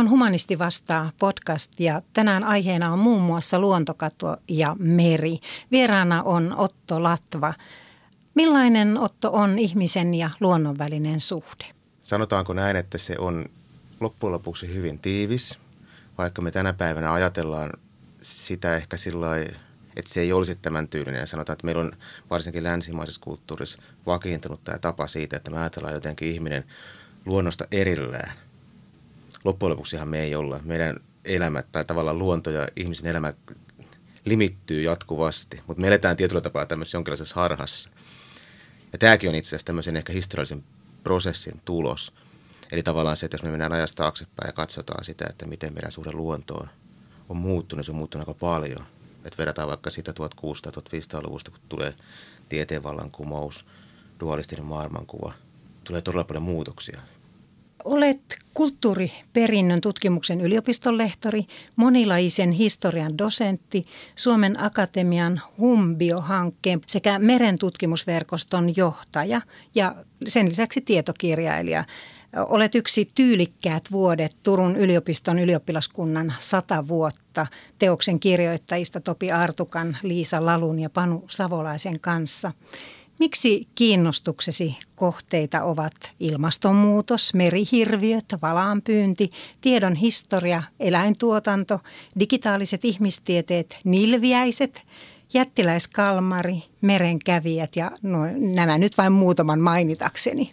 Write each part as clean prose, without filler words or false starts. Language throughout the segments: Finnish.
on Humanisti vastaa podcast ja tänään aiheena on muun muassa luontokato ja meri. Vieraana on Otto Latva. Millainen, Otto, on ihmisen ja luonnon välinen suhde? Sanotaanko näin, että se on loppujen lopuksi hyvin tiivis, vaikka me tänä päivänä ajatellaan sitä ehkä sillä että se ei olisi tämän tyylinen. Ja sanotaan, että meillä on varsinkin länsimaisessa kulttuurissa vakiintunut tämä tapa siitä, että me ajatellaan jotenkin ihminen luonnosta erillään. Loppujen lopuksihan me ei olla. Meidän elämä tai tavallaan luonto ja ihmisen elämä limittyy jatkuvasti, mutta me eletään tietyllä tapaa tämmöisessä jonkinlaisessa harhassa. Ja tämäkin on itse asiassa tämmöisen ehkä historiallisen prosessin tulos. Eli tavallaan se, että jos me mennään ajasta taaksepäin ja katsotaan sitä, että miten meidän suhde luontoon on muuttunut, se on muuttunut aika paljon. Että verrataan vaikka sitä 1600-1500-luvusta, kun tulee tieteenvallankumous, dualistinen maailmankuva, tulee todella paljon muutoksia. Olet kulttuuriperinnön tutkimuksen yliopistonlehtori, monilajisen historian dosentti, Suomen Akatemian Humbio-hankkeen sekä merentutkimusverkoston johtaja ja sen lisäksi tietokirjailija. Olet yksi Tyylikkäät vuodet Turun yliopiston ylioppilaskunnan 100 vuotta teoksen kirjoittajista Topi Artukan, Liisa Lalun ja Panu Savolaisen kanssa. Miksi kiinnostuksesi kohteita ovat ilmastonmuutos, merihirviöt, valaanpyynti, tiedon historia, eläintuotanto, digitaaliset ihmistieteet, nilviäiset, jättiläiskalmari, merenkävijät ja nämä nyt vain muutaman mainitakseni?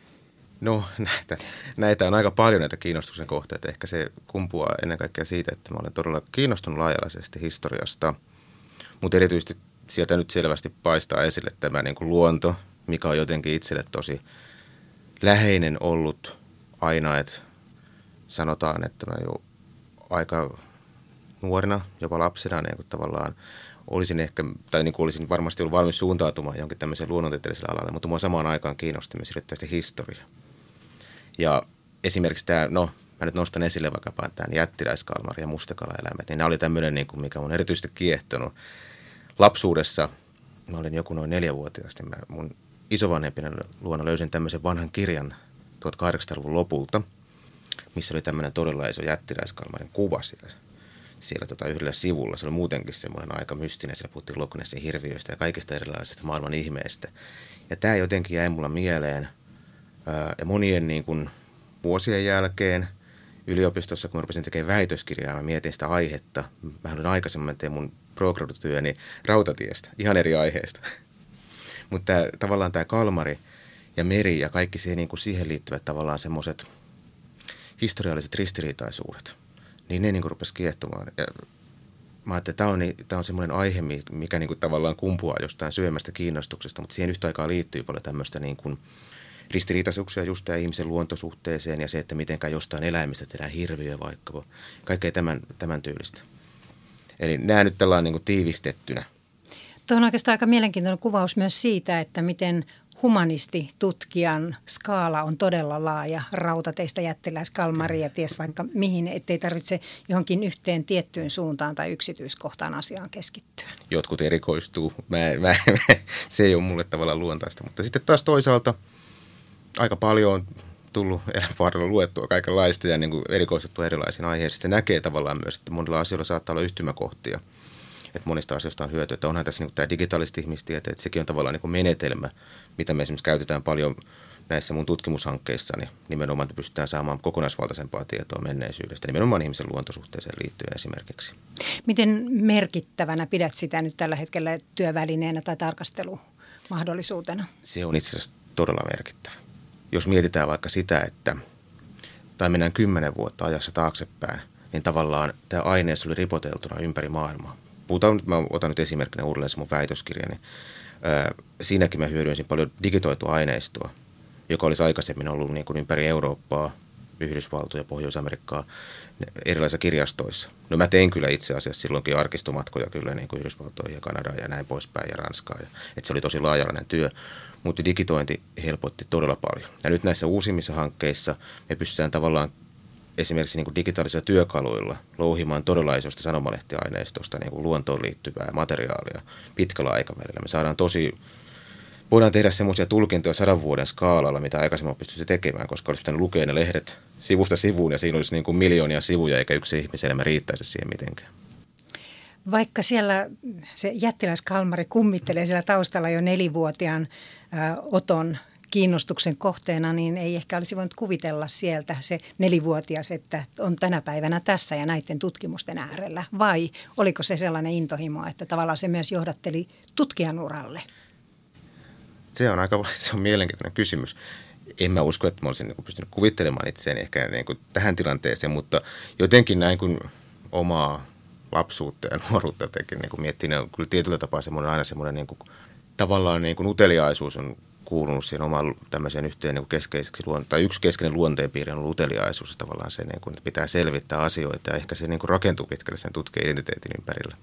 No näitä on aika paljon näitä kiinnostuksen kohteita. Ehkä se kumpuaa ennen kaikkea siitä, että mä olen todella kiinnostunut laaja-alaisesti historiasta, mutta erityisesti sieltä nyt selvästi paistaa esille tämä niin kuin luonto, mikä on jotenkin itselle tosi läheinen ollut aina, että sanotaan, että mä jo aika nuorena, jopa lapsena niin kuin tavallaan olisin ehkä, tai niin kuin olisin varmasti ollut valmis suuntautumaan jonkin tämmöiseen luonnontieteelliselle alalle, mutta mua samaan aikaan kiinnosti myös erittäin historia. Ja esimerkiksi tämä, mä nyt nostan esille vaikkapa tämän jättiläiskalmari ja mustekalaeläimet, niin nämä oli tämmöinen, niin kuin, mikä mun erityisesti kiehtonut. Lapsuudessa, mä olin joku noin 4-vuotias, niin mä mun isovanhempien luona löysin tämmöisen vanhan kirjan 1800-luvun lopulta, missä oli tämmöinen todella iso jättiläiskalmarin kuva siellä yhdellä sivulla. Se oli muutenkin semmoinen aika mystinen, siellä puhuttiin Loch Nessin hirviöistä ja kaikista erilaisista maailman ihmeistä. Ja tämä jotenkin jäi mulla mieleen ja monien niin kuin vuosien jälkeen yliopistossa, kun mä rupesin tekemään väitöskirjaa, mä mietin sitä aihetta. Mä olin aikaisemmin tein mun pro-gradutyöni rautatiestä, ihan eri aiheesta. Mutta tavallaan tämä kalmari ja meri ja kaikki siihen liittyvät tavallaan semmoiset historialliset ristiriitaisuudet, niin ne niin kuin rupesi kiehtomaan. Ja mä ajattelin, että tämä on semmoinen aihe, mikä niin kuin tavallaan kumpuaa jostain syömästä kiinnostuksesta, mutta siihen yhtä aikaa liittyy paljon tämmöistä niin kuin ristiriitaisuuksia just tämä ihmisen luontosuhteeseen ja se, että mitenkään jostain eläimistä tehdään hirviö vaikka. Kaikkea tämän tyylistä. Eli nämä nyt tällainen niin kuin tiivistettynä. Tuo on oikeastaan aika mielenkiintoinen kuvaus myös siitä, että miten humanistitutkijan skaala on todella laaja. Rautateistä jättiläiskalmaria ja ties vaikka mihin, ettei tarvitse johonkin yhteen tiettyyn suuntaan tai yksityiskohtaan asiaan keskittyä. Jotkut erikoistuu. Se ei ole mulle tavallaan luontaista, mutta sitten taas toisaalta aika paljon on tullut elämän varrella luettua kaikenlaista ja niin kuin erikoistuttua erilaisiin aiheisiin. Sitten näkee tavallaan myös, että monilla asioilla saattaa olla yhtymäkohtia, että monista asioista on hyötyä. Että onhan tässä niin kuin tämä digitaaliset ihmistieteet, sekin on tavallaan niin kuin menetelmä, mitä me esimerkiksi käytetään paljon näissä mun tutkimushankkeissani. Nimenomaan pystytään saamaan kokonaisvaltaisempaa tietoa menneisyydestä, nimenomaan ihmisen luontosuhteeseen liittyen esimerkiksi. Miten merkittävänä pidät sitä nyt tällä hetkellä työvälineenä tai tarkastelumahdollisuutena? Se on itse asiassa todella merkittävä. Jos mietitään vaikka sitä, tai mennään 10 vuotta ajassa taaksepäin, niin tavallaan tämä aineisto oli ripoteltuna ympäri maailmaa. Mä otan nyt esimerkkinä uudelleen se mun väitöskirjani. Siinäkin mä hyödynsin paljon digitoitua aineistoa, joka olisi aikaisemmin ollut niin kuin ympäri Eurooppaa, Yhdysvaltoja, Pohjois-Amerikkaa, erilaisissa kirjastoissa. No mä tein kyllä itse asiassa silloinkin arkistomatkoja kyllä niin kuin Yhdysvaltoihin ja Kanadaan ja näin poispäin ja Ranskaan. Että se oli tosi laaja-alainen työ, mutta digitointi helpotti todella paljon. Ja nyt näissä uusimmissa hankkeissa me pystytään tavallaan esimerkiksi niin kuin digitaalisilla työkaluilla louhimaan todella isosta sanomalehtiaineistosta niin kuin luontoon liittyvää materiaalia pitkällä aikavälillä. Me saadaan voidaan tehdä semmoisia tulkintoja 100 vuoden skaalalla, mitä aikaisemmin on pystytty tekemään, koska olisi pitänyt lukea ne lehdet sivusta sivuun ja siinä olisi niin kuin miljoonia sivuja eikä yksi ihmiselämä riittäisi siihen mitenkään. Vaikka siellä se jättiläiskalmari kummittelee siellä taustalla jo 4-vuotiaan Oton kiinnostuksen kohteena, niin ei ehkä olisi voinut kuvitella sieltä se 4-vuotias, että on tänä päivänä tässä ja näiden tutkimusten äärellä. Vai oliko se sellainen intohimo, että tavallaan se myös johdatteli tutkijan uralle? Se on mielenkiintoinen kysymys. En mä usko, että mä olisin niin pystynyt kuvittelemaan itseäni ehkä niin kuin tähän tilanteeseen, mutta jotenkin näin kuin omaa lapsuutta ja nuoruutta jotenkin niin kuin miettii, niin kyllä tietyllä tapaa aina semmoinen niin kuin, tavallaan niin kuin uteliaisuus on kuulunut siihen omaan tämmöiseen yhteen niin kuin keskeiseksi tai yksi keskeinen luonteenpiiri on ollut uteliaisuus ja tavallaan se, niin kuin, että pitää selvittää asioita ja ehkä se niin kuin rakentuu pitkälle sen tutkijan identiteetin ympärillä.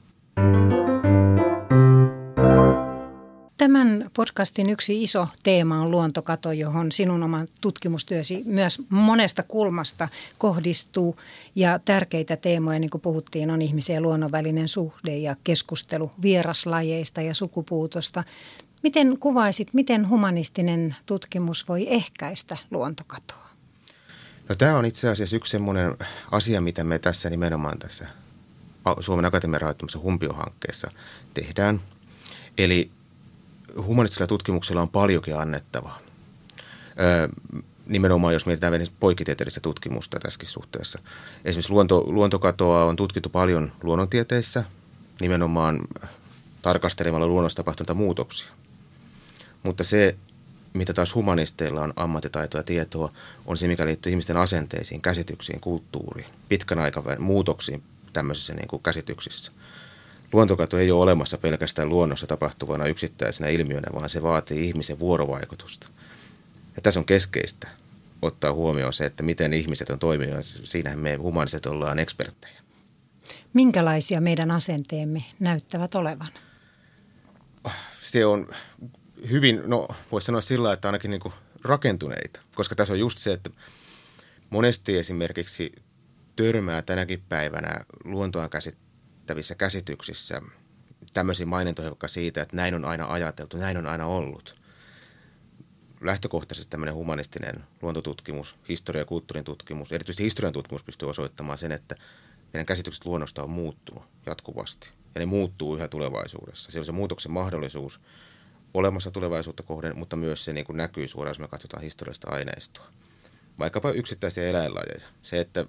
Tämän podcastin yksi iso teema on luontokato, johon sinun oma tutkimustyösi myös monesta kulmasta kohdistuu. Ja tärkeitä teemoja, niin kuin puhuttiin, on ihmisen ja luonnon välinen suhde ja keskustelu vieraslajeista ja sukupuutosta. Miten kuvaisit, miten humanistinen tutkimus voi ehkäistä luontokatoa? No, tämä on itse asiassa yksi semmoinen asia, mitä me tässä nimenomaan tässä Suomen Akatemian rahoittamassa Humpio-hankkeessa tehdään. Eli humanistisella tutkimuksella on paljonkin annettavaa. Nimenomaan jos mietitään poikkitieteellistä tutkimusta tässäkin suhteessa. Esimerkiksi luontokatoa on tutkittu paljon luonnontieteissä, nimenomaan tarkastelemalla luonnossa tapahtuneita muutoksia. Mutta se, mitä taas humanisteilla on ammattitaitoa ja tietoa, on se, mikä liittyy ihmisten asenteisiin, käsityksiin, kulttuuriin, pitkän aikavälin muutoksiin tämmöisissä niin kuin käsityksissä. Luontokato ei ole olemassa pelkästään luonnossa tapahtuvana yksittäisenä ilmiönä, vaan se vaatii ihmisen vuorovaikutusta. Ja tässä on keskeistä ottaa huomioon se, että miten ihmiset on toiminut. Siinähän me humaniset ollaan eksperttejä. Minkälaisia meidän asenteemme näyttävät olevan? Se on hyvin, voisi sanoa sillä, että ainakin niin kuin rakentuneita, koska tässä on just se, että monesti esimerkiksi törmää tänäkin päivänä luontoa käsittävissä käsityksissä tämmöisiä mainintoja vaikka siitä, että näin on aina ajateltu, näin on aina ollut. Lähtökohtaisesti tämmöinen humanistinen luontotutkimus, historia- ja kulttuurin tutkimus, erityisesti historian tutkimus pystyy osoittamaan sen, että meidän käsitykset luonnosta on muuttunut jatkuvasti ja ne muuttuu yhä tulevaisuudessa. Se on se muutoksen mahdollisuus olemassa tulevaisuutta kohden, mutta myös se niin kuin näkyy suoraan, jos me katsotaan historiallista aineistoa. Vaikkapa yksittäisiä eläinlajeja. Se, että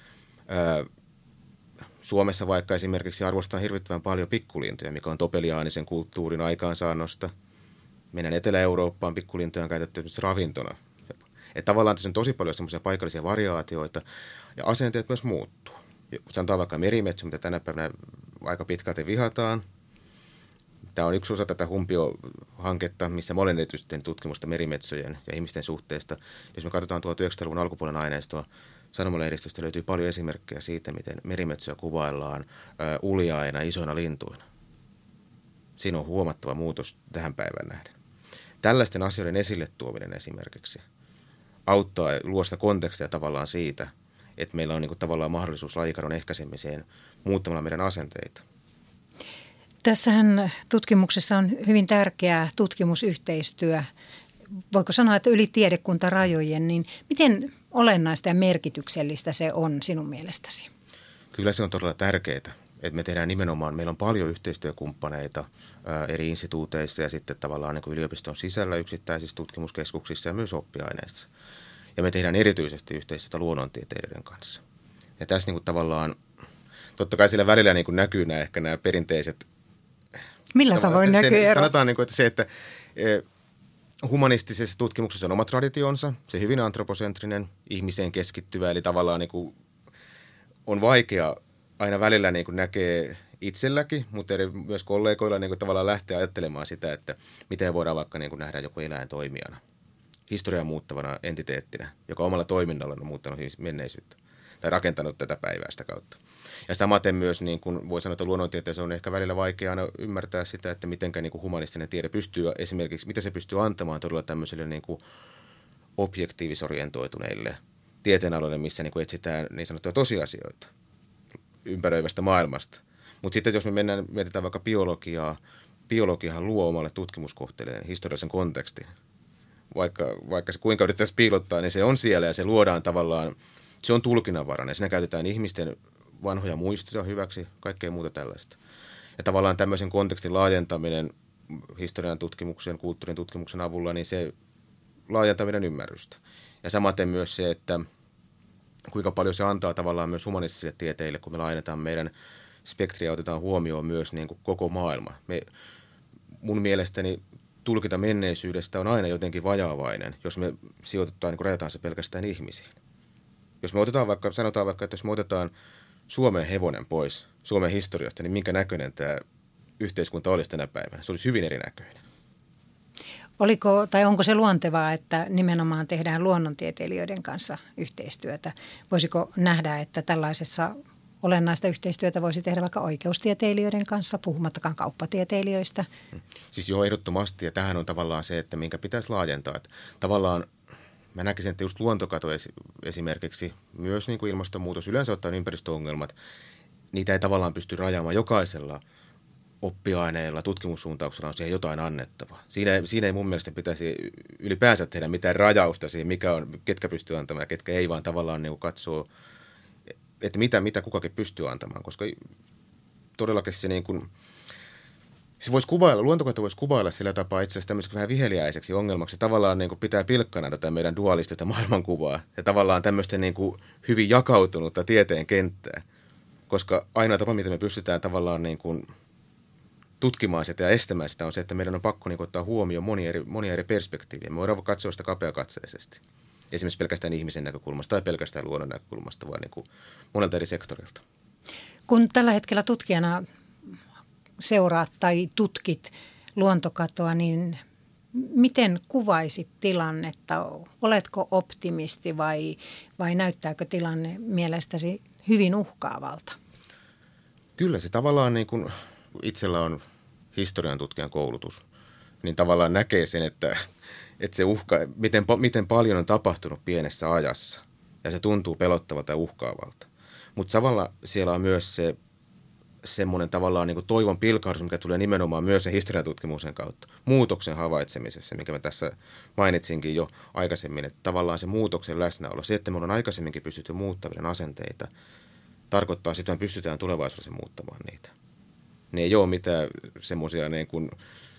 Suomessa vaikka esimerkiksi arvostetaan hirvittävän paljon pikkulintuja, mikä on topeliaanisen kulttuurin aikaansaannosta. Mennään Etelä-Eurooppaan, pikkulintuja on käytetty ravintona. Että tavallaan tässä on tosi paljon semmoisia paikallisia variaatioita ja asenteet myös muuttuu. Sanotaan vaikka merimetso, mitä tänä päivänä aika pitkälti vihataan. Tämä on yksi osa tätä Humpio-hanketta, missä mä olen erityisesti tutkimusta merimetsojen ja ihmisten suhteesta. Jos me katsotaan 1900-luvun alkupuolen aineistoa, sanomalehdistöstä löytyy paljon esimerkkejä siitä, miten merimetsoja kuvaillaan uljaina, isoina lintuina. Siinä on huomattava muutos tähän päivään nähden. Tällaisten asioiden esille tuominen esimerkiksi auttaa luo sitä kontekstia tavallaan siitä, että meillä on niin kuin tavallaan mahdollisuus lajikadon ehkäisemiseen muuttamalla meidän asenteita. Tässähän tutkimuksessa on hyvin tärkeää tutkimusyhteistyö. Voiko sanoa, että yli tiedekuntarajojen, niin miten olennaista ja merkityksellistä se on sinun mielestäsi? Kyllä se on todella tärkeää, että me tehdään nimenomaan, meillä on paljon yhteistyökumppaneita eri instituuteissa ja sitten tavallaan niin kuin yliopiston sisällä yksittäisissä tutkimuskeskuksissa ja myös oppiaineissa. Ja me tehdään erityisesti yhteistyötä luonnontieteilijöiden kanssa. Ja tässä niin kuin tavallaan, totta kai sillä välillä niin kuin näkyy nämä perinteiset. Millä tavoin näkyy ero? Sanotaan, niin kuin, että se, että humanistisessa tutkimuksessa on oma traditionsa, se hyvin antroposentrinen, ihmiseen keskittyvä, eli tavallaan niin kuin on vaikea aina välillä niin kuin näkee itselläkin, mutta myös kollegoilla niin kuin tavallaan lähteä ajattelemaan sitä, että miten voidaan vaikka niin kuin nähdä joku eläin toimijana, historiaa muuttavana entiteettinä, joka omalla toiminnallaan on muuttanut menneisyyttä tai rakentanut tätä päivää sitä kautta. Ja samaten myös, niin kuin voi sanoa, että luonnontieteessä on ehkä välillä vaikea aina ymmärtää sitä, että mitenkä niin kuin humanistinen tiede pystyy esimerkiksi, mitä se pystyy antamaan todella tämmöiselle niin kuin objektiivisorientoituneille tieteenaloille, missä niin kuin etsitään niin sanottuja tosiasioita ympäröivästä maailmasta. Mutta sitten jos me mietitään vaikka biologiaa, biologiahan luo omalle tutkimuskohteelleen historiallisen kontekstin. Vaikka se kuinka yrittäisi piilottaa, niin se on siellä ja se luodaan tavallaan se on tulkinnanvarainen. Siinä käytetään ihmisten vanhoja muistoja hyväksi, kaikkea muuta tällaista. Ja tavallaan tämmöisen kontekstin laajentaminen historian tutkimuksen, kulttuurin tutkimuksen avulla, niin se laajentaa meidän ymmärrystä. Ja samaten myös se, että kuinka paljon se antaa tavallaan myös humanistisille tieteille, kun me laajennetaan meidän spektriä ja otetaan huomioon myös niin kuin koko maailma. Mun mielestäni tulkinta menneisyydestä on aina jotenkin vajaavainen, jos me sijoitetaan, niin kuin rajataan se pelkästään ihmisiin. Jos me sanotaan vaikka, että jos me otetaan Suomen hevonen pois Suomen historiasta, niin minkä näköinen tämä yhteiskunta olisi tänä päivänä? Se olisi hyvin erinäköinen. Onko se luontevaa, että nimenomaan tehdään luonnontieteilijöiden kanssa yhteistyötä? Voisiko nähdä, että tällaisessa olennaista yhteistyötä voisi tehdä vaikka oikeustieteilijöiden kanssa, puhumattakaan kauppatieteilijöistä? Siis joo, ehdottomasti. Ja tähän on tavallaan se, että minkä pitäisi laajentaa. Että tavallaan mä näkisin, että just luontokato esimerkiksi, myös niin kuin ilmastonmuutos, yleensä ottaen ympäristöongelmat, niitä ei tavallaan pysty rajaamaan jokaisella oppiaineilla, tutkimussuuntauksella on siihen jotain annettavaa. Siinä ei mun mielestä pitäisi ylipäänsä tehdä mitään rajausta siihen, ketkä pystyy antamaan ja ketkä ei, vaan tavallaan niin katsoa, että mitä kukakin pystyy antamaan, koska todellakin se niin kuin, se voisi kuvailla, luontokato voisi kuvailla sillä tapaa itse asiassa tämmöiseksi vähän viheliäiseksi ongelmaksi. Tavallaan niin kuin pitää pilkkana tätä meidän dualistista maailmankuvaa ja tavallaan tämmöistä niin kuin hyvin jakautunutta tieteen kenttää, koska ainoa tapa, miten me pystytään tavallaan niin kuin tutkimaan sitä ja estämään sitä on se, että meidän on pakko niin kuin ottaa huomioon monia eri perspektiiviä. Me voidaan katsoa sitä kapeakatseisesti. Esimerkiksi pelkästään ihmisen näkökulmasta tai pelkästään luonnon näkökulmasta, vaan niin kuin monelta eri sektorilta. Kun tällä hetkellä tutkijana seuraat tai tutkit luontokatoa, niin miten kuvaisit tilannetta? Oletko optimisti vai näyttääkö tilanne mielestäsi hyvin uhkaavalta? Kyllä se tavallaan niin kuin itsellä on historian tutkijan koulutus, niin tavallaan näkee sen, että se uhka, miten paljon on tapahtunut pienessä ajassa ja se tuntuu pelottavalta ja uhkaavalta. Mutta samalla siellä on myös se semmoinen tavallaan niin kuin toivon pilkahdus, mikä tulee nimenomaan myös sen historiantutkimuksen kautta. Muutoksen havaitsemisessa, mikä mä tässä mainitsinkin jo aikaisemmin, että tavallaan se muutoksen läsnäolo, se, että me on aikaisemminkin pystytty muuttamaan asenteita, tarkoittaa sitä, että me pystytään tulevaisuudessa muuttamaan niitä. Ne ei ole mitään semmoisia niin kuin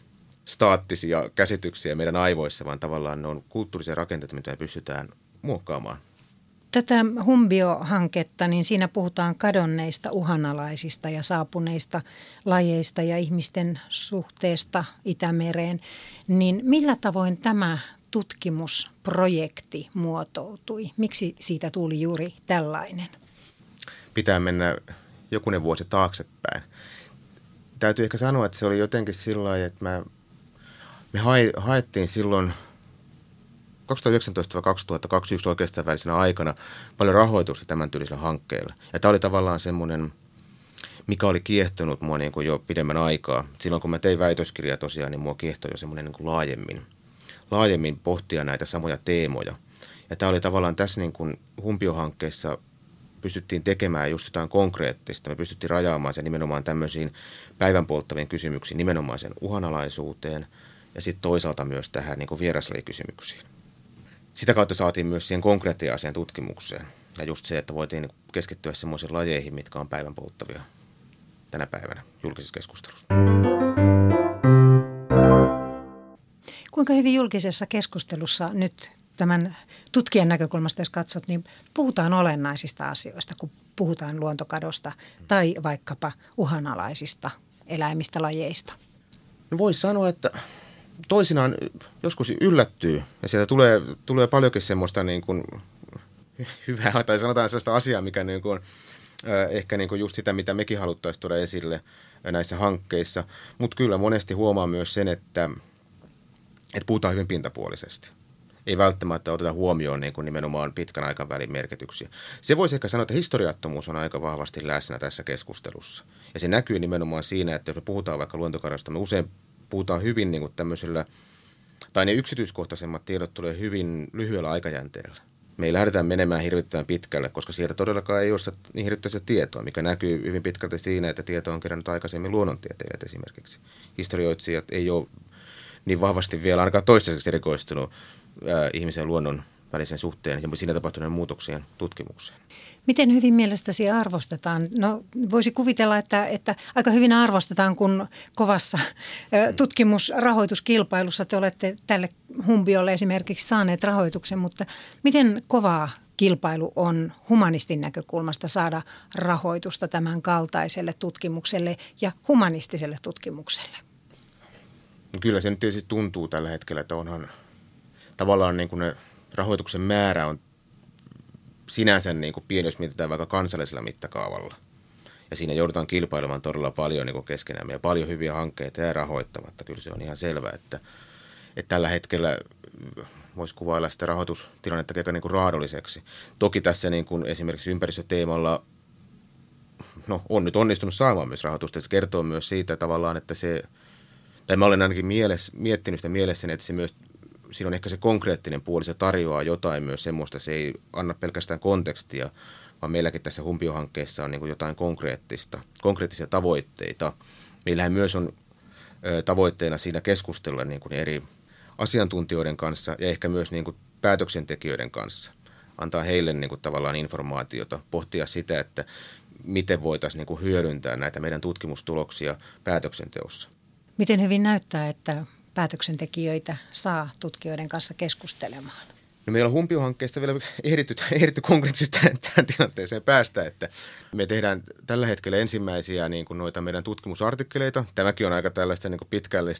staattisia käsityksiä meidän aivoissa, vaan tavallaan ne on kulttuurisia rakenteita, mitä me pystytään muokkaamaan. Tätä Humbio-hanketta, niin siinä puhutaan kadonneista, uhanalaisista ja saapuneista lajeista ja ihmisten suhteesta Itämereen. Niin millä tavoin tämä tutkimusprojekti muotoutui? Miksi siitä tuli juuri tällainen? Pitää mennä jokunen vuosi taaksepäin. Täytyy ehkä sanoa, että se oli jotenkin sillä lailla, että me haettiin silloin 2019-2021 oikeastaan välisenä aikana paljon rahoitusta tämän tyylisellä hankkeella. Ja tämä oli tavallaan semmoinen, mikä oli kiehtonut mua niin kuin jo pidemmän aikaa. Silloin kun mä tein väitöskirjaa tosiaan, niin mua kiehtoi jo semmoinen niin kuin laajemmin pohtia näitä samoja teemoja. Ja tämä oli tavallaan tässä niin kuin Humbio-hankkeessa pystyttiin tekemään just jotain konkreettista. Me pystyttiin rajaamaan sen nimenomaan tämmöisiin päivänpolttaviin kysymyksiin, nimenomaan sen uhanalaisuuteen ja sitten toisaalta myös tähän niin kuin vieraslajikysymyksiin. Sitä kautta saatiin myös siihen konkreettiseen tutkimukseen ja just se, että voitiin keskittyä semmoisiin lajeihin, mitkä on päivänpolttavia tänä päivänä julkisessa keskustelussa. Kuinka hyvin julkisessa keskustelussa nyt tämän tutkijan näkökulmasta, jos katsot, niin puhutaan olennaisista asioista, kun puhutaan luontokadosta tai vaikkapa uhanalaisista eläimistä, lajeista? No voisi sanoa, että toisinaan joskus yllättyy ja sieltä tulee paljonkin semmoista niin kuin hyvää tai sanotaan sellaista asiaa, mikä niin kuin, ehkä niin kuin just sitä, mitä mekin haluttaisiin tuoda esille näissä hankkeissa. Mutta kyllä monesti huomaa myös sen, että puhutaan hyvin pintapuolisesti. Ei välttämättä oteta huomioon niin kuin nimenomaan pitkän aikavälin merkityksiä. Se voisi ehkä sanoa, että historiattomuus on aika vahvasti läsnä tässä keskustelussa. Ja se näkyy nimenomaan siinä, että jos me puhutaan vaikka luontokadosta, me usein puhutaan hyvin niin kuin tämmöisellä, tai ne yksityiskohtaisemmat tiedot tulee hyvin lyhyellä aikajänteellä. Me ei lähdetä menemään hirvittävän pitkälle, koska sieltä todellakaan ei ole niin hirvittävästi tietoa, mikä näkyy hyvin pitkälti siinä, että tieto on kerännyt aikaisemmin luonnontieteilijät esimerkiksi. Historioitsijat ei ole niin vahvasti vielä ainakaan toistaiseksi erikoistunut ihmisen luonnon välisen suhteen ja siinä tapahtuneen muutoksien tutkimukseen. Miten hyvin mielestäsi arvostetaan? No voisi kuvitella, että aika hyvin arvostetaan, kun kovassa tutkimusrahoituskilpailussa te olette tälle Humbiolle esimerkiksi saaneet rahoituksen, mutta miten kovaa kilpailu on humanistin näkökulmasta saada rahoitusta tämän kaltaiselle tutkimukselle ja humanistiselle tutkimukselle? No kyllä se nyt tietysti tuntuu tällä hetkellä, että onhan tavallaan niin kuin ne rahoituksen määrä on sinänsä niin kuin pieni, jos mietitään vaikka kansallisella mittakaavalla. Ja siinä joudutaan kilpailemaan todella paljon niin kuin keskenään ja paljon hyviä hankkeita ja rahoittamatta. Kyllä se on ihan selvää, että tällä hetkellä voisi kuvailla sitä rahoitustilannetta aika niin kuin raadolliseksi. Toki tässä niin kuin esimerkiksi ympäristöteemalla on nyt onnistunut saamaan myös rahoitusta. Se kertoo myös siitä tavallaan, että tai mä olen ainakin miettinyt sitä mielessäni, että se myös siinä on ehkä se konkreettinen puoli, se tarjoaa jotain myös semmoista, se ei anna pelkästään kontekstia, vaan meilläkin tässä Humpio-hankkeessa on niin kuin jotain konkreettisia tavoitteita. Meillähän myös on tavoitteena siinä keskustella niin kuin eri asiantuntijoiden kanssa ja ehkä myös niin kuin päätöksentekijöiden kanssa. Antaa heille niin kuin tavallaan informaatiota, pohtia sitä, että miten voitaisiin niin kuin hyödyntää näitä meidän tutkimustuloksia päätöksenteossa. Miten hyvin näyttää, että päätöksentekijöitä saa tutkijoiden kanssa keskustelemaan? No meillä on Humpio-hankkeesta vielä ehditty konkreettisesti tähän tilanteeseen päästä, että me tehdään tällä hetkellä ensimmäisiä niin kuin noita meidän tutkimusartikkeleita. Tämäkin on aika tällaista niin kuin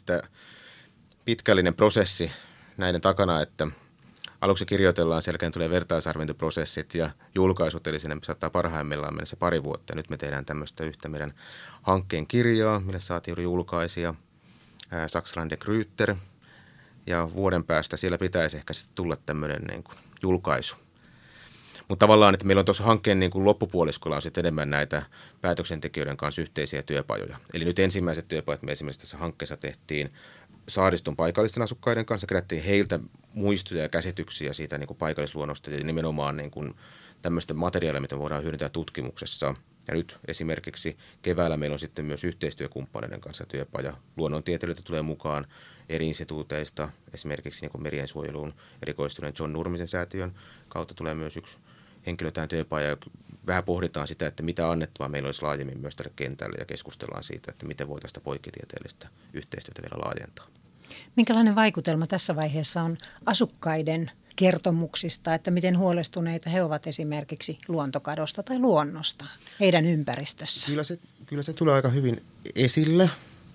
pitkällinen prosessi näiden takana, että aluksi kirjoitellaan, selkeän tulee vertaisarviointiprosessit ja julkaisut, eli sinne saattaa parhaimmillaan mennä se pari vuotta. Nyt me tehdään tämmöistä yhtä meidän hankkeen kirjaa, mille saatiin juuri julkaisia. Saksalainen De Gruyter, ja vuoden päästä siellä pitäisi ehkä sitten tulla tämmöinen niin kuin julkaisu. Mutta tavallaan, että meillä on tuossa hankkeen niin kuin loppupuoliskolla on sitten enemmän näitä päätöksentekijöiden kanssa yhteisiä työpajoja. Eli nyt ensimmäiset työpajat me esimerkiksi tässä hankkeessa tehtiin saariston paikallisten asukkaiden kanssa, kerättiin heiltä muistoja ja käsityksiä siitä niin kuin paikallisluonnosta ja nimenomaan niin kuin tämmöistä materiaalia, mitä voidaan hyödyntää tutkimuksessa. Ja nyt esimerkiksi keväällä meillä on sitten myös yhteistyökumppaneiden kanssa työpaja. Luonnontieteilijöitä tulee mukaan eri instituuteista, esimerkiksi niin kuin merien suojeluun erikoistuneen John Nurmisen säätiön kautta tulee myös yksi henkilö tähän työpajaan. Vähän pohditaan sitä, että mitä annettavaa meillä olisi laajemmin myös tälle kentälle ja keskustellaan siitä, että miten voitaisiin sitä poikkitieteellistä yhteistyötä vielä laajentaa. Minkälainen vaikutelma tässä vaiheessa on asukkaiden kertomuksista, että miten huolestuneita he ovat esimerkiksi luontokadosta tai luonnosta heidän ympäristössä? Kyllä se tulee aika hyvin esille.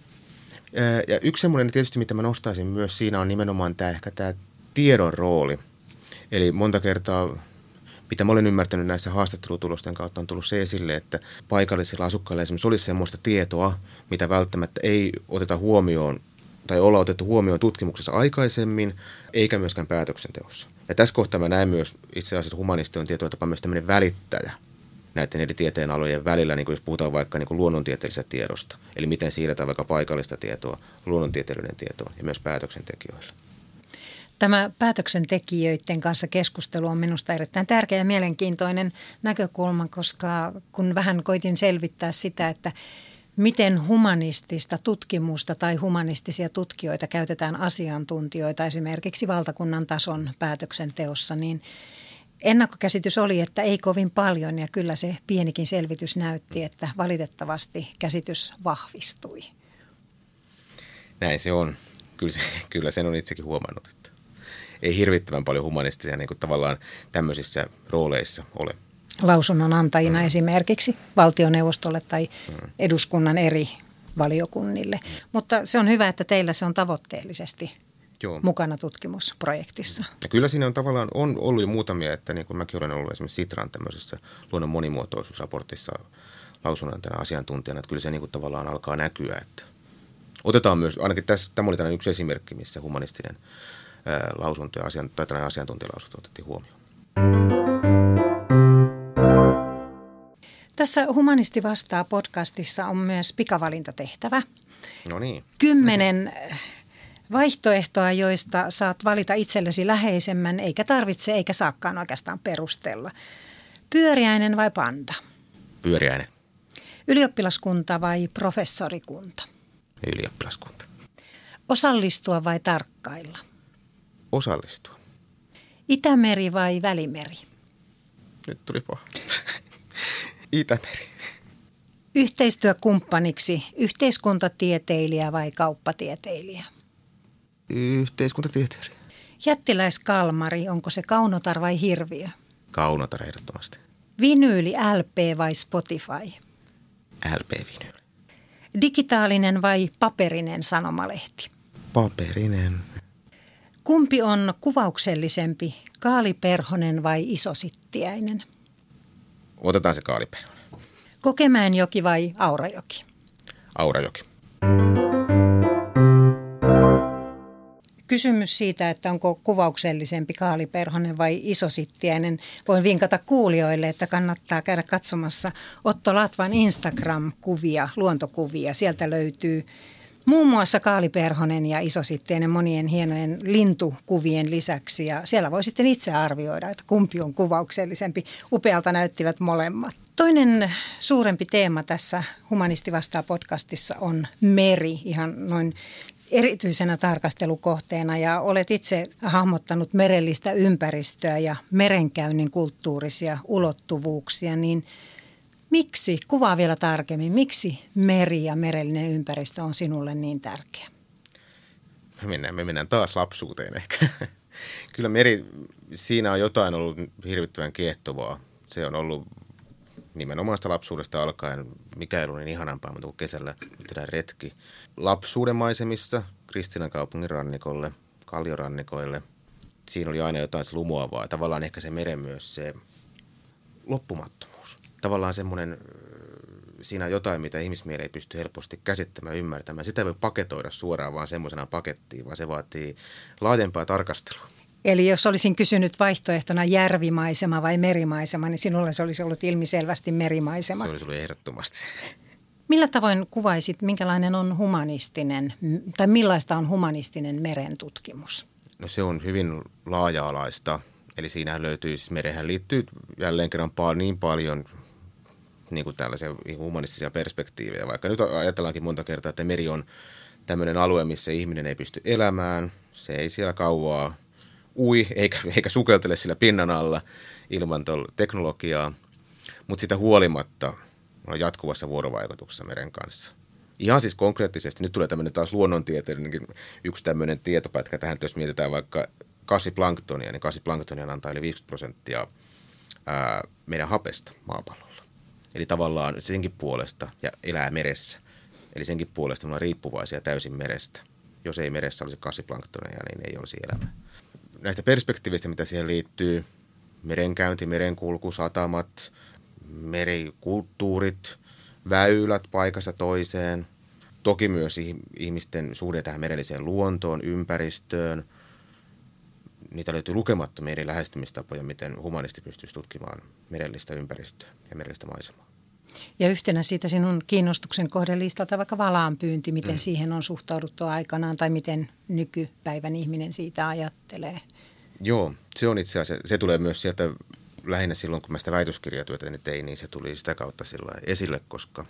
Ja yksi semmoinen tietysti, mitä mä nostaisin myös siinä on nimenomaan tämä tiedon rooli. Eli monta kertaa, mitä mä olen ymmärtänyt näissä haastattelutulosten kautta, on tullut se esille, että paikallisilla asukkailla esimerkiksi olisi semmoista tietoa, mitä välttämättä ei oteta huomioon tai olla otettu huomioon tutkimuksessa aikaisemmin, eikä myöskään päätöksenteossa. Ja tässä kohtaa mä näen myös itse asiassa humanisti on tietyllä tapaa myös tämmöinen välittäjä näiden eri tieteenalojen välillä, niin kuin jos puhutaan vaikka niin kuin luonnontieteellisestä tiedosta. Eli miten siirretään vaikka paikallista tietoa, luonnontieteellinen tietoa ja myös päätöksentekijöille. Tämä päätöksentekijöiden kanssa keskustelu on minusta erittäin tärkeä ja mielenkiintoinen näkökulma, koska kun vähän koitin selvittää sitä, että miten humanistista tutkimusta tai humanistisia tutkijoita käytetään asiantuntijoita esimerkiksi valtakunnan tason päätöksenteossa, niin ennakkokäsitys oli, että ei kovin paljon ja kyllä se pienikin selvitys näytti, että valitettavasti käsitys vahvistui. Näin se on. Kyllä sen on itsekin huomannut, että ei hirvittävän paljon humanistisia niin kuin tavallaan tämmöisissä rooleissa ole. Lausunnon antajina esimerkiksi valtioneuvostolle tai eduskunnan eri valiokunnille. Mutta se on hyvä, että teillä se on tavoitteellisesti mukana tutkimusprojektissa. Ja kyllä siinä on tavallaan on ollut jo muutamia, että niin kuin mäkin olen ollut esimerkiksi Sitran tämmöisessä luonnon monimuotoisuusraportissa lausunnonantajana asiantuntijana, että kyllä se niin kuin tavallaan alkaa näkyä. Että otetaan myös, ainakin tämä oli tällainen yksi esimerkki, missä humanistinen lausunto ja asiantuntijalausunto otettiin huomioon. Tässä Humanisti vastaa -podcastissa on myös pikavalintatehtävä. No niin. 10 vaihtoehtoa, joista saat valita itsellesi läheisemmän, eikä tarvitse eikä saakaan oikeastaan perustella. Pyöriäinen vai panda? Pyöriäinen. Ylioppilaskunta vai professorikunta? Ylioppilaskunta. Osallistua vai tarkkailla? Osallistua. Itämeri vai Välimeri? Nyt tuli paha. Itämeri. Yhteistyökumppaniksi yhteiskuntatieteilijä vai kauppatieteilijä? Yhteiskuntatieteilijä. Jättiläiskalmari, onko se kaunotar vai hirviö? Kaunotar ehdottomasti. Vinyyli, LP vai Spotify? LP-vinyyli. Digitaalinen vai paperinen sanomalehti? Paperinen. Kumpi on kuvauksellisempi, Kaali Perhonen vai Isosittiäinen? Otetaan se Kaali Perhonen. Kokemäenjoki vai Aurajoki? Aurajoki. Kysymys siitä, että onko kuvauksellisempi Kaali Perhonen vai Isosittiäinen. Voin vinkata kuulijoille, että kannattaa käydä katsomassa Otto Latvan Instagram-kuvia, luontokuvia. Sieltä löytyy muun muassa Kaali Perhonen ja Isosittiäinen monien hienojen lintukuvien lisäksi. Ja siellä voi sitten itse arvioida, että kumpi on kuvauksellisempi. Upealta näyttivät molemmat. Toinen suurempi teema tässä Humanisti vastaa -podcastissa on meri, ihan noin erityisenä tarkastelukohteena, ja olet itse hahmottanut merellistä ympäristöä ja merenkäynnin kulttuurisia ulottuvuuksia, niin miksi, kuvaa vielä tarkemmin, miksi meri ja merellinen ympäristö on sinulle niin tärkeä? Me mennään taas lapsuuteen ehkä. Kyllä meri, siinä on jotain ollut hirvittävän kiehtovaa. Se on ollut nimenomaan sitä lapsuudesta alkaen, mikä ei ollut niin ihanampaa, mutta kun kesällä tehdään retki lapsuuden maisemissa, Kristiinan kaupungin rannikolle, Kalliorannikoille. Siinä oli aina jotain lumoavaa. Tavallaan ehkä se meren myös se loppumattomuus. Tavallaan semmoinen, siinä on jotain, mitä ihmismieli ei pysty helposti käsittämään, ymmärtämään. Sitä ei voi paketoida suoraan vaan semmoisena pakettiin, vaan se vaatii laajempaa tarkastelua. Eli jos olisin kysynyt vaihtoehtona järvimaisema vai merimaisema, niin sinulle se olisi ollut ilmiselvästi merimaisema. Se olisi ollut ehdottomasti. Millä tavoin kuvaisit, minkälainen on humanistinen, tai millaista on humanistinen merentutkimus? No se on hyvin laaja-alaista. Eli siinähän löytyy, siis merenhän liittyy jälleen kerran niin paljon niin kuin tällaisia humanistisia perspektiivejä. Vaikka nyt ajatellaankin monta kertaa, että meri on tämmöinen alue, missä ihminen ei pysty elämään. Se ei siellä kauaa ui eikä sukeltele sillä pinnan alla ilman teknologiaa, mutta sitä huolimatta on jatkuvassa vuorovaikutuksessa meren kanssa. Ihan siis konkreettisesti, nyt tulee tämmöinen taas luonnontieteellinenkin yksi tämmöinen tietopätkä tähän, jos mietitään vaikka kasviplanktonia, niin kasviplanktonia antaa yli 50% meidän hapesta maapallolla. Eli tavallaan senkin puolesta ja elää meressä. Eli senkin puolesta me ollaan riippuvaisia täysin merestä. Jos ei meressä olisi kasviplanktonia, niin ei olisi elämää. Näistä perspektiivistä, mitä siihen liittyy, merenkäynti, merenkulku, satamat, merikulttuurit, väylät paikassa toiseen. Toki myös ihmisten suhde tähän merelliseen luontoon, ympäristöön. Niitä löytyy lukemattomia eri lähestymistapoja, miten humanisti pystyisi tutkimaan merellistä ympäristöä ja merellistä maisemaa. Ja yhtenä siitä sinun kiinnostuksen kohdelistalta vaikka valaanpyynti, miten siihen on suhtauduttu aikanaan tai miten nykypäivän ihminen siitä ajattelee? Joo, se on itse asiassa, se tulee myös sieltä lähinnä silloin, kun mä sitä väitöskirjatyötä tein, niin se tuli sitä kautta sillä esille, koska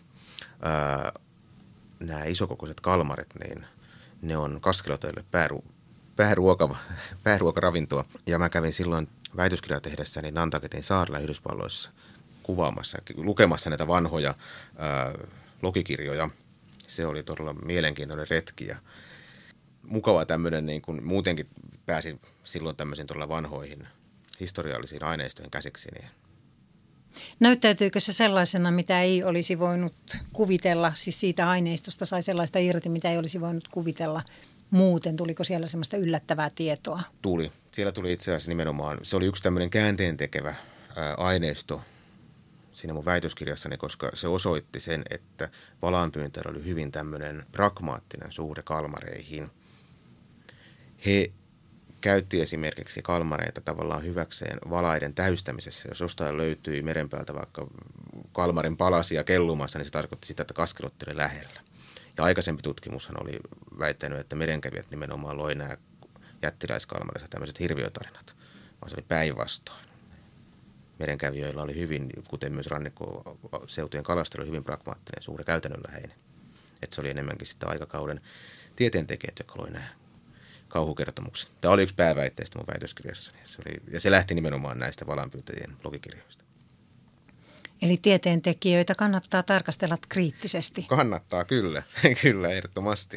nämä isokokoiset kalmarit, niin ne on kaskelotöille pääruokaravintoa. Ja mä kävin silloin väitöskirjaa tehdessäni Nantucketin saarella Yhdysvalloissa kuvaamassa, lukemassa näitä vanhoja logikirjoja. Se oli todella mielenkiintoinen retki ja mukava tämmöinen, niin kuin muutenkin pääsin silloin tämmöisiin todella vanhoihin historiallisiin aineistoihin käsiksi. Niin. Näyttäytyykö se sellaisena, mitä ei olisi voinut kuvitella, siis siitä aineistosta sai sellaista irti, mitä ei olisi voinut kuvitella muuten? Tuliko siellä semmoista yllättävää tietoa? Tuli. Siellä tuli itse asiassa nimenomaan, se oli yksi tämmöinen käänteentekevä aineisto siinä mun väitöskirjassani, koska se osoitti sen, että valaanpyyntäjällä oli hyvin tämmöinen pragmaattinen suhde kalmareihin. He käytti esimerkiksi kalmareita tavallaan hyväkseen valaiden täystämisessä. Jos jostain löytyi merenpäältä vaikka kalmarin palasia kellumassa, niin se tarkoitti sitä, että kaskelot oli lähellä. Ja aikaisempi tutkimushan oli väittänyt, että merenkävijät nimenomaan loi nämä jättiläiskalmarissa tämmöiset hirviötarinat, vaan se oli päinvastoin. Merenkävijöillä oli hyvin, kuten myös rannikkoseutujen kalastelu, hyvin pragmaattinen, suuri käytännönläheinen. Että se oli enemmänkin sitä aikakauden tieteentekijät, jotka loi nämä kauhukertomukset. Tämä oli yksi pääväitteistä mun väitöskirjassani. Ja se lähti nimenomaan näistä valaanpyytäjien blogikirjoista. Eli tieteentekijöitä kannattaa tarkastella kriittisesti. Kannattaa, kyllä. Kyllä, ehdottomasti.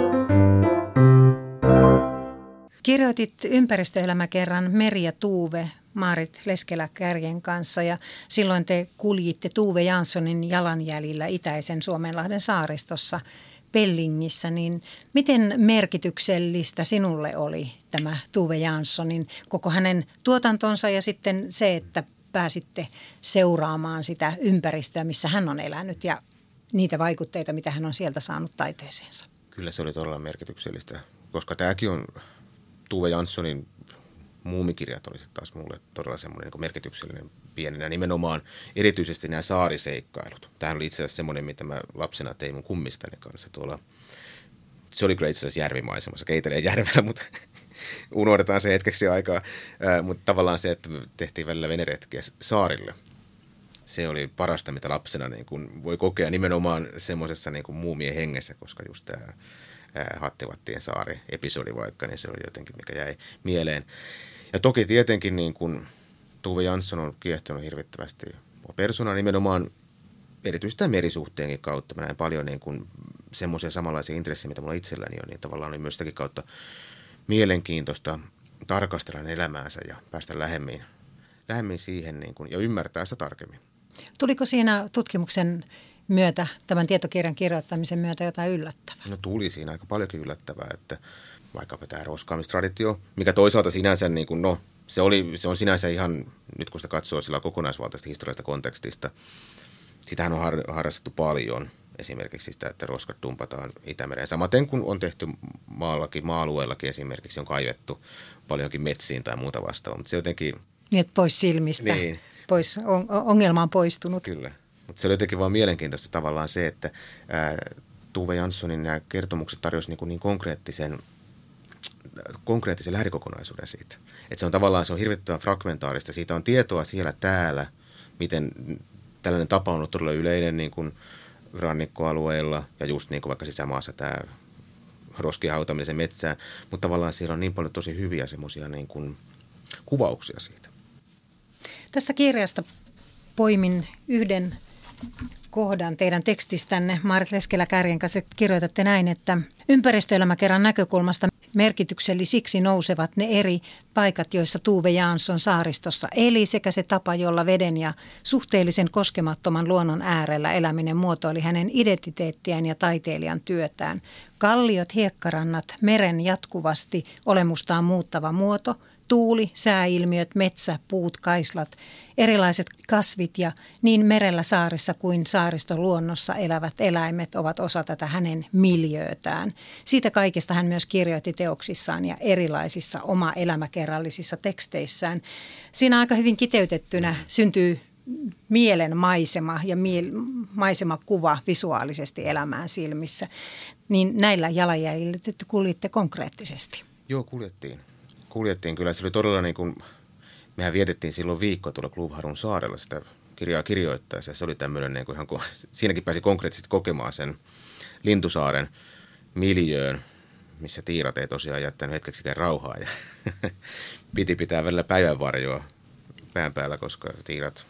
Kirjoitit ympäristöelämäkerran Meri ja Tuve Maarit Leskelä-Kärjen kanssa ja silloin te kuljitte Tuve Janssonin jalanjäljillä itäisen Suomenlahden saaristossa Pellingissä. Niin miten merkityksellistä sinulle oli tämä Tuve Janssonin, koko hänen tuotantonsa ja sitten se, että pääsitte seuraamaan sitä ympäristöä, missä hän on elänyt ja niitä vaikutteita, mitä hän on sieltä saanut taiteeseensa? Kyllä se oli todella merkityksellistä, koska tämäkin on Tuve Janssonin muumikirjat oli taas mulle todella semmoinen niin merkityksellinen pienenä. Nimenomaan erityisesti nämä saariseikkailut. Tämähän oli itse asiassa semmoinen, mitä mä lapsena tein mun kummistani kanssa tuolla. Se oli kyllä itse asiassa järvimaisemassa, Keiteleen järvellä, mutta unohdetaan se hetkeksi aikaa. Mutta tavallaan se, että tehtiin välillä veneretkiä saarille. Se oli parasta, mitä lapsena niin kuin voi kokea nimenomaan semmoisessa niin kuin muumien hengessä, koska just tämä Hattivattien saari-episodi vaikka, niin se oli jotenkin, mikä jäi mieleen. Ja toki tietenkin niin kuin Tuve Jansson on kiehtonut hirvittävästi persona nimenomaan erityisesti tämän merisuhteenkin kautta. Mä näin paljon niin kuin semmoisia samanlaisia intressejä, mitä mulla itselläni on, niin tavallaan oli myös sitäkin kautta mielenkiintoista tarkastella elämäänsä ja päästä lähemmin siihen niin kuin, ja ymmärtää sitä tarkemmin. Tuliko siinä tutkimuksen myötä, tämän tietokirjan kirjoittamisen myötä jotain yllättävää? No tuli siinä aika paljonkin yllättävää, että vaikkapa tämä roskaamistraditio, mikä toisaalta sinänsä, niin kuin, no, se on sinänsä ihan, nyt kun sitä katsoo sillä kokonaisvaltaista historiallisesta kontekstista, sitähän on harrastettu paljon, esimerkiksi sitä, että roskat dumpataan Itämereen. Samaten kuin on tehty maa-alueellakin esimerkiksi, on kaivettu paljonkin metsiin tai muuta vastaavaa, mutta se jotenkin... Niin, että pois silmistä, niin. Pois, ongelma on poistunut. Kyllä. Mutta se oli jotenkin vaan mielenkiintoista tavallaan se, että Tuve Janssonin nämä kertomukset tarjosivat niin konkreettisen lähdekokonaisuuden siitä. Että se on tavallaan se on hirvittävän fragmentaarista. Siitä on tietoa siellä täällä, miten tällainen tapa on ollut todella yleinen niin kuin rannikkoalueilla ja just niin kuin vaikka sisämaassa tämä roskien hautamisen metsään. Mutta tavallaan siellä on niin paljon tosi hyviä semmoisia niin kuin kuvauksia siitä. Tästä kirjasta poimin yhden kohdan teidän tekstistänne. Maarit Leskelä-Kärjen kanssa kirjoitatte näin, että ympäristöelämäkerran näkökulmasta merkityksellisiksi nousevat ne eri paikat, joissa Tuve Jansson saaristossa eli sekä se tapa, jolla veden ja suhteellisen koskemattoman luonnon äärellä eläminen muotoili hänen identiteettiään ja taiteilijan työtään. Kalliot, hiekkarannat, meren jatkuvasti olemustaan muuttava muoto, tuuli, sääilmiöt, metsä, puut, kaislat, erilaiset kasvit ja niin merellä saarissa kuin saariston luonnossa elävät eläimet ovat osa tätä hänen miljöötään. Siitä kaikesta hän myös kirjoitti teoksissaan ja erilaisissa oma-elämäkerrallisissa teksteissään. Siinä aika hyvin kiteytettynä syntyy mielen maisema ja maisemakuva visuaalisesti elämään silmissä. Niin näillä jalanjäljillä te kuljitte konkreettisesti. Joo, kuljettiin kyllä. Se oli todella niin kuin, mehän vietettiin silloin viikkoa tuolla Kluvharun saarella sitä kirjaa kirjoittaessa. Se oli tämmöinen, niin kuin ihan, siinäkin pääsi konkreettisesti kokemaan sen Lintusaaren miljöön, missä tiirat ei tosiaan jättänyt hetkeksikään rauhaa. Ja piti pitää välillä päivänvarjoa pään päällä, koska tiirat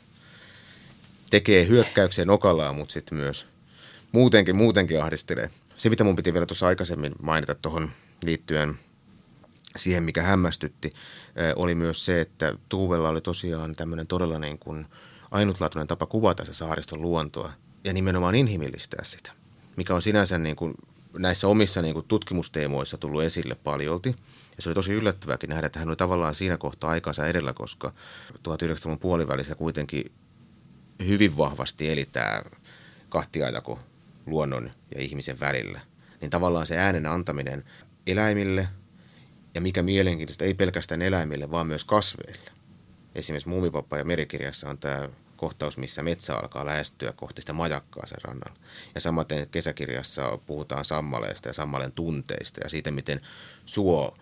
tekee hyökkäyksiä nokallaan, mutta sitten myös muutenkin ahdistelee. Se, mitä mun piti vielä tuossa aikaisemmin mainita tuohon liittyen siihen, mikä hämmästytti, oli myös se, että Tuvella oli tosiaan tämmöinen todella niin kuin ainutlaatuinen tapa kuvata se saariston luontoa ja nimenomaan inhimillistää sitä, mikä on sinänsä niin kuin näissä omissa niin kuin tutkimusteemoissa tullut esille paljolti. Ja se oli tosi yllättävääkin nähdä, että hän oli tavallaan siinä kohtaa aikansa edellä, koska 1900-luvun puolivälissä kuitenkin hyvin vahvasti eli tämä kahtiajako luonnon ja ihmisen välillä. Niin tavallaan se äänen antaminen eläimille ja mikä mielenkiintoista, ei pelkästään eläimille, vaan myös kasveille. Esimerkiksi Muumipappa ja merikirjassa on tämä kohtaus, missä metsä alkaa lähestyä kohti sitä majakkaa sen rannalla. Ja samaten kesäkirjassa puhutaan sammaleista ja sammalen tunteista ja siitä, miten suo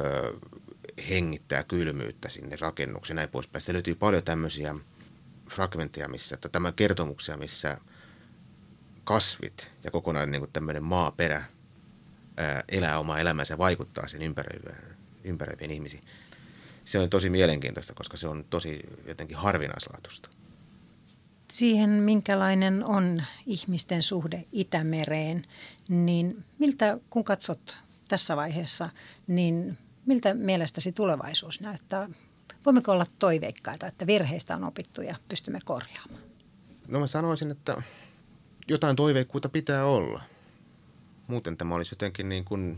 hengittää kylmyyttä sinne rakennukseen näin poispäin. Sitten löytyy paljon tämmöisiä fragmentteja, tämä kertomuksia, missä kasvit ja kokonainen niin kuin tämmöinen maaperä elää omaa elämänsä ja vaikuttaa sen ympäröiviin ihmisiin. Se on tosi mielenkiintoista, koska se on tosi jotenkin harvinaislaatuista. Siihen, minkälainen on ihmisten suhde Itämereen, niin miltä, kun katsot tässä vaiheessa, niin miltä mielestäsi tulevaisuus näyttää? Voimmeko olla toiveikkaita, että virheistä on opittu ja pystymme korjaamaan? No mä sanoisin, että jotain toiveikkuutta pitää olla. Muuten tämä olisi jotenkin niin kuin,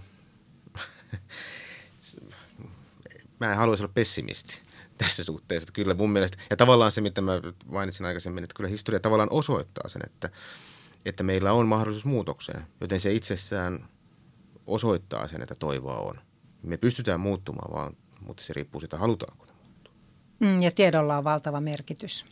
mä en haluaisi olla pessimisti tässä suhteessa. Kyllä mun mielestä, ja tavallaan se, mitä mä mainitsin aikaisemmin, että kyllä historia tavallaan osoittaa sen, että meillä on mahdollisuus muutokseen, joten se itsessään osoittaa sen, että toivoa on. Me pystytään muuttumaan vaan, mutta se riippuu siitä, halutaanko ne muuttua. Ja tiedolla on valtava merkitys.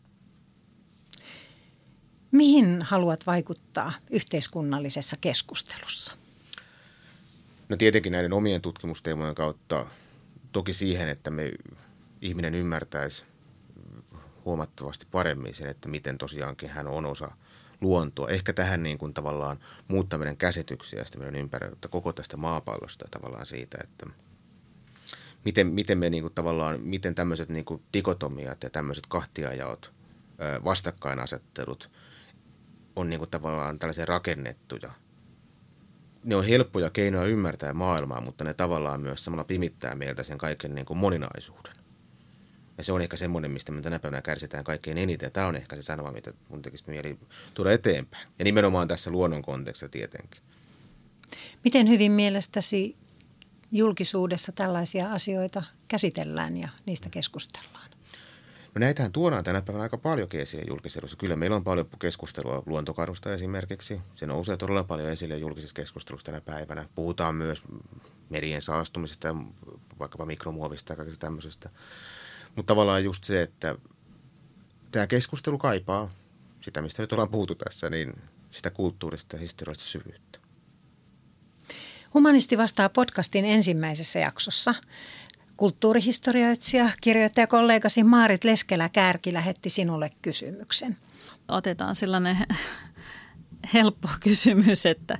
Mihin haluat vaikuttaa yhteiskunnallisessa keskustelussa? No tietenkin näiden omien tutkimusteemojen kautta toki siihen, että ihminen ymmärtäisi huomattavasti paremmin sen, että miten tosiaankin hän on osa luontoa. Ehkä tähän niin kuin tavallaan muuttaa meidän käsityksiä ja meidän ympäröitä koko tästä maapallosta ja tavallaan siitä, että miten me niin kuin tavallaan, miten tämmöiset niin kuin dikotomiat ja tämmöiset kahtiajaot, vastakkainasettelut on niin kuin tavallaan tällaisia rakennettuja. Ne on helppoja keinoja ymmärtää maailmaa, mutta ne tavallaan myös samalla pimittää meiltä sen kaiken niin kuin moninaisuuden. Ja se on ehkä semmoinen, mistä me tänä päivänä kärsitään kaikkein eniten. Ja tämä on ehkä se sanoma, mitä mun tekisi mieli tuoda eteenpäin. Ja nimenomaan tässä luonnon kontekstissa tietenkin. Miten hyvin mielestäsi julkisuudessa tällaisia asioita käsitellään ja niistä keskustellaan? No näitähän tuodaan tänä päivänä aika paljon esille julkisuudessa. Kyllä meillä on paljon keskustelua luontokadusta esimerkiksi. Se nousee todella paljon esille julkisessa keskustelussa tänä päivänä. Puhutaan myös merien saastumisesta ja vaikkapa mikromuovista ja kaikesta tämmöisestä. Mutta tavallaan just se, että tämä keskustelu kaipaa sitä, mistä nyt ollaan puhuttu tässä, niin sitä kulttuurista ja historiallista syvyyttä. Humanisti vastaa podcastin ensimmäisessä jaksossa. Kulttuurihistorioitsija, kirjoittajakollegasi Maarit Leskelä-Kärki lähetti sinulle kysymyksen. Otetaan sellainen helppo kysymys, että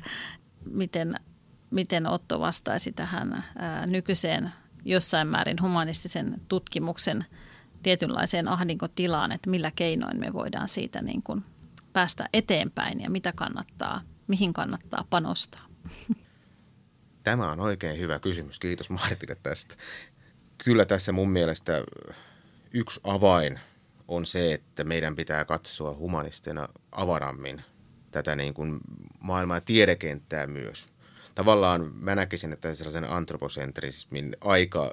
miten Otto vastaisi tähän nykyiseen jossain määrin humanistisen tutkimuksen tietynlaiseen ahdinkotilaan, että millä keinoin me voidaan siitä niin kuin päästä eteenpäin ja mihin kannattaa panostaa. Tämä on oikein hyvä kysymys. Kiitos Maaritille tästä. Kyllä tässä mun mielestä yksi avain on se, että meidän pitää katsoa humanistina avarammin tätä niin kuin maailmaa ja tiedekenttää myös. Tavallaan mä näkisin, että sellaisen antropocentrismin aika,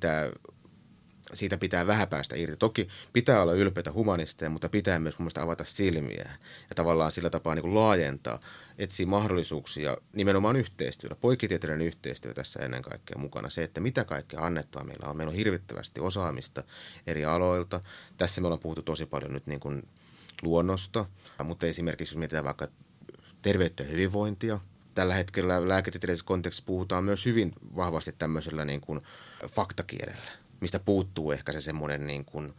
siitä pitää vähän päästä irti. Toki pitää olla ylpeitä humanisteja, mutta pitää myös mun mielestä avata silmiä ja tavallaan sillä tapaa niin kuin laajentaa, etsiä mahdollisuuksia nimenomaan yhteistyöllä. Poikitieteellinen yhteistyö tässä ennen kaikkea mukana. Se, että mitä kaikkea annettavaa meillä on. Meillä on hirvittävästi osaamista eri aloilta. Tässä me ollaan puhuttu tosi paljon nyt niin kuin luonnosta, mutta esimerkiksi jos mietitään vaikka terveyttä ja hyvinvointia, tällä hetkellä lääketieteellisessä kontekstissa puhutaan myös hyvin vahvasti tämmöisellä niin kuin faktakielellä, mistä puuttuu ehkä se semmoinen niin kuin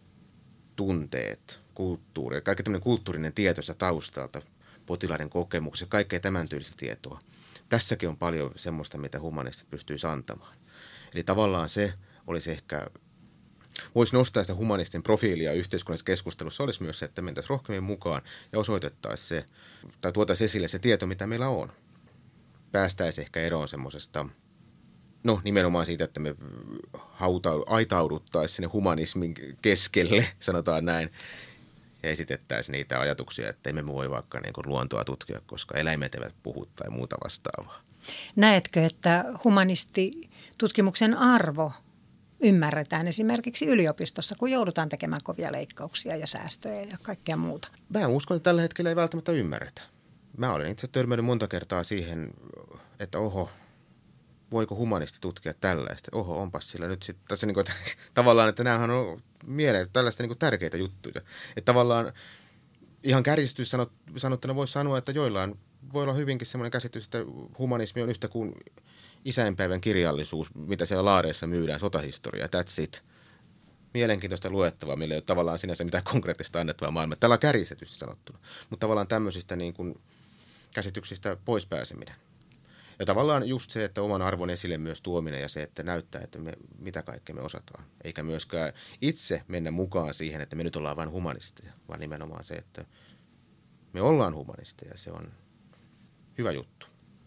tunteet, kulttuuri, kaikki tämmöinen kulttuurinen tieto taustalta, potilaiden kokemuksia, kaikkea tämän tyylistä tietoa. Tässäkin on paljon semmoista, mitä humanistit pystyisi antamaan. Eli tavallaan se olisi ehkä, voisi nostaa sitä humanistin profiilia yhteiskunnallisessa keskustelussa, olisi myös se, että mentäisiin rohkeammin mukaan ja osoitettaisiin se, tai tuotaisiin esille se tieto, mitä meillä on. Päästäisiin ehkä eroon semmoisesta, no nimenomaan siitä, että me aitauduttaisiin sinne humanismin keskelle, sanotaan näin, ja esitettäisiin niitä ajatuksia, että emme voi vaikka niin kuin luontoa tutkia, koska eläimet eivät puhu tai muuta vastaavaa. Näetkö, että humanistitutkimuksen arvo ymmärretään esimerkiksi yliopistossa, kun joudutaan tekemään kovia leikkauksia ja säästöjä ja kaikkea muuta? Mä uskon, että tällä hetkellä ei välttämättä ymmärretä. Mä olen itse törmännyt monta kertaa siihen, että voiko humanisti tutkia tällaista? Onpas sillä nyt sitten tässä niin kuin, tavallaan, että nämähän on tällaista niin kuin tärkeitä juttuja. Että tavallaan ihan kärjistys sanottuna voisi sanoa, että joillain voi olla hyvinkin semmoinen käsitys, että humanismi on yhtä kuin isänpäivän kirjallisuus, mitä siellä laareissa myydään, sotahistoria, that's it. Mielenkiintoista luettavaa, millä ei ole tavallaan sinänsä mitään konkreettista annettavaa maailmaa. Tällä on kärjistetysti sanottuna, mutta tavallaan tämmöisistä niin kuin käsityksistä pois pääseminen. Ja tavallaan just se, että oman arvon esille myös tuominen ja se, että näyttää, että mitä kaikkea me osataan. Eikä myöskään itse mennä mukaan siihen, että me nyt ollaan vain humanisteja, vaan nimenomaan se, että me ollaan humanisteja. Se on hyvä juttu.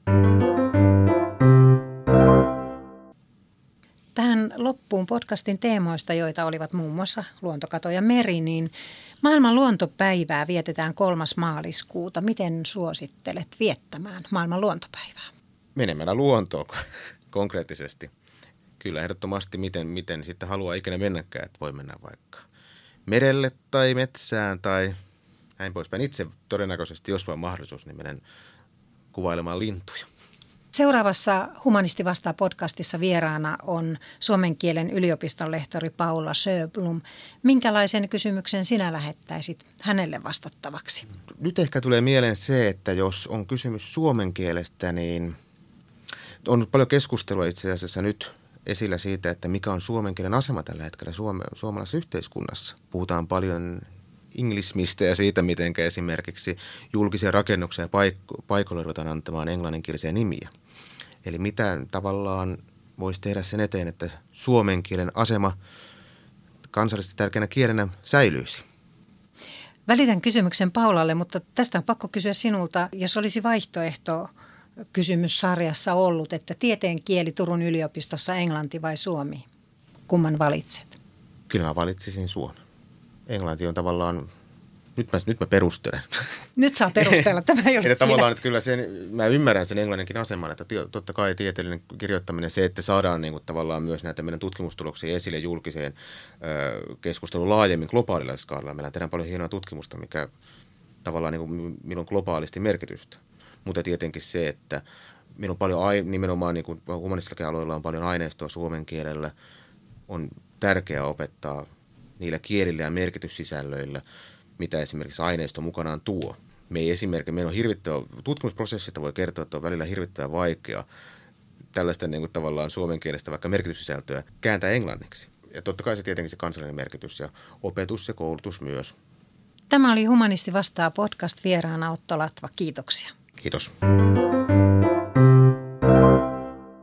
Tähän loppuun podcastin teemoista, joita olivat muun muassa luontokato ja meri, niin maailman luontopäivää vietetään 3. maaliskuuta. Miten suosittelet viettämään maailman luontopäivää? Menemällä luontoon konkreettisesti. Kyllä ehdottomasti miten sitten haluaa ikinä mennäkään, että voi mennä vaikka merelle tai metsään tai näin poispäin. Itse todennäköisesti, jos vaan mahdollisuus, niin menen kuvailemaan lintuja. Seuraavassa Humanisti vastaa podcastissa vieraana on suomen kielen yliopiston lehtori Paula Sjöblom. Minkälaisen kysymyksen sinä lähettäisit hänelle vastattavaksi? Nyt ehkä tulee mieleen se, että jos on kysymys suomen kielestä, niin on paljon keskustelua itse asiassa nyt esillä siitä, että mikä on suomen kielen asema tällä hetkellä suomalaisessa yhteiskunnassa. Puhutaan paljon englismistä ja siitä, miten esimerkiksi julkisia rakennuksia ja paikoille ruvetaan antamaan englanninkielisiä nimiä. Eli mitä tavallaan voisi tehdä sen eteen, että suomen kielen asema kansallisesti tärkeänä kielenä säilyisi? Välitän kysymyksen Paulalle, mutta tästä on pakko kysyä sinulta, jos olisi vaihtoehto kysymyssarjassa ollut, että tieteen kieli Turun yliopistossa englanti vai suomi? Kumman valitset? Kyllä mä valitsisin suomen. Englanti on tavallaan, nyt mä perustelen. Nyt saa perustella, tämä ei ole että tavallaan, että kyllä mä ymmärrän sen englanninkin aseman, että totta kai tieteellinen kirjoittaminen, se, että saadaan niin kuin tavallaan myös näitä meidän tutkimustuloksia esille julkiseen keskusteluun laajemmin globaalilla skaalalla. Meillä tehdään paljon hienoa tutkimusta, mikä tavallaan niin kuin, minulla on globaalisti merkitystä. Mutta tietenkin se, että minulla on paljon, nimenomaan niin kuin humanistillakin aloilla on paljon aineistoa suomen kielellä, on tärkeää opettaa niillä kielillä ja merkityssisällöillä, mitä esimerkiksi aineisto mukanaan tuo. Meillä on hirvittävä, tutkimusprosessista voi kertoa, että on välillä hirvittävän vaikea tällaista niin kuin tavallaan suomen kielestä vaikka merkityssisältöä kääntää englanniksi. Ja totta kai se tietenkin se kansallinen merkitys ja opetus ja koulutus myös. Tämä oli Humanisti vastaa podcast, vieraana Otto Latva. Kiitoksia. Kiitos.